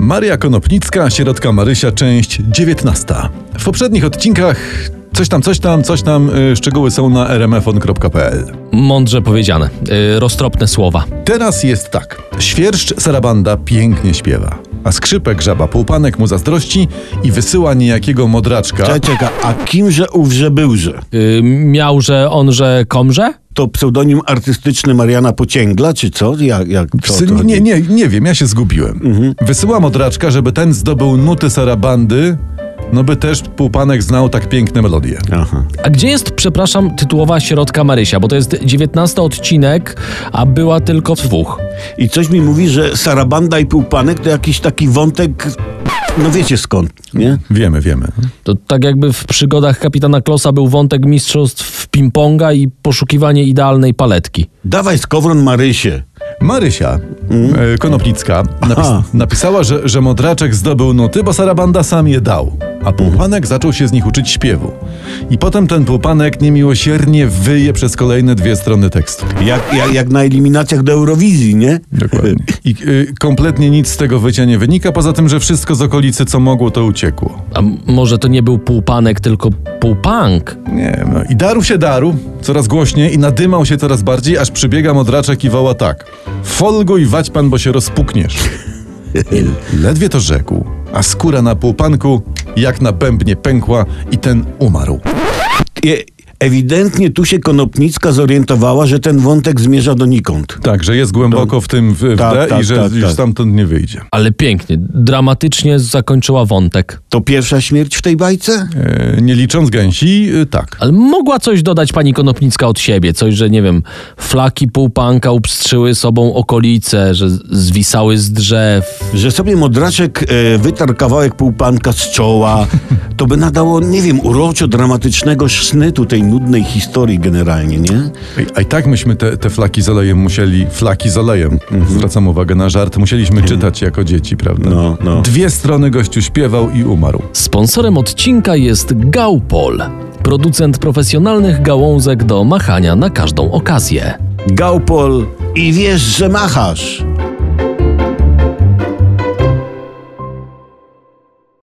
Maria Konopnicka, sierotka Marysia, część 19. W poprzednich odcinkach coś tam, szczegóły są na rmfon.pl. Mądrze powiedziane, roztropne słowa. Teraz jest tak. Świerszcz Sarabanda pięknie śpiewa, a skrzypek żaba Półpanek mu zazdrości i wysyła niejakiego modraczka. Czekaj, a kimże ówże byłże? Miałże, onże, komże? To pseudonim artystyczny Mariana Pocięgla, czy co? Nie wiem, ja się zgubiłem. Wysyła modraczka, żeby ten zdobył nuty Sarabandy, no by też Półpanek znał tak piękne melodie. Aha. A gdzie jest, przepraszam, tytułowa sierotka Marysia? Bo to jest 19 odcinek, a była tylko w 2. I coś mi mówi, że Sarabanda i Półpanek to jakiś taki wątek, no wiecie skąd, nie? Wiemy. To tak jakby w przygodach kapitana Klossa był wątek mistrzostw w ping-ponga i poszukiwanie idealnej paletki. Dawaj skowron Marysie. Marysia Konopnicka napisała, że modraczek zdobył nuty, bo Sarabanda sam je dał, a Półpanek zaczął się z nich uczyć śpiewu. I potem ten Półpanek niemiłosiernie wyje przez kolejne 2 strony tekstu. Jak na eliminacjach do Eurowizji, nie? Dokładnie. I kompletnie nic z tego wycia nie wynika, poza tym, że wszystko z okolicy, co mogło, to uciekło. A może to nie był Półpanek, tylko Półpank? Nie, no i darł coraz głośniej i nadymał się coraz bardziej, aż przybiega modraczek i woła tak: folguj, wać pan, bo się rozpukniesz. I ledwie to rzekł, a skóra na Półpanku jak na bębnie pękła i ten umarł. Ewidentnie tu się Konopnicka zorientowała, że ten wątek zmierza donikąd. Tak, że jest głęboko w tym i że już stamtąd nie wyjdzie. Ale pięknie, dramatycznie zakończyła wątek. To pierwsza śmierć w tej bajce? Nie licząc gęsi, tak. Ale mogła coś dodać pani Konopnicka od siebie, coś, że nie wiem, flaki Półpanka upstrzyły sobą okolice, że zwisały z drzew. Że sobie modraczek wytarł kawałek Półpanka z czoła, to by nadało, nie wiem, uroczo dramatycznego sznytu tej nudnej historii generalnie, nie? A i tak myśmy te flaki z olejem, zwracam uwagę na żart, musieliśmy czytać jako dzieci, prawda? No. 2 strony gościu śpiewał i umarł. Sponsorem odcinka jest Gaupol, producent profesjonalnych gałązek do machania na każdą okazję. Gaupol i wiesz, że machasz.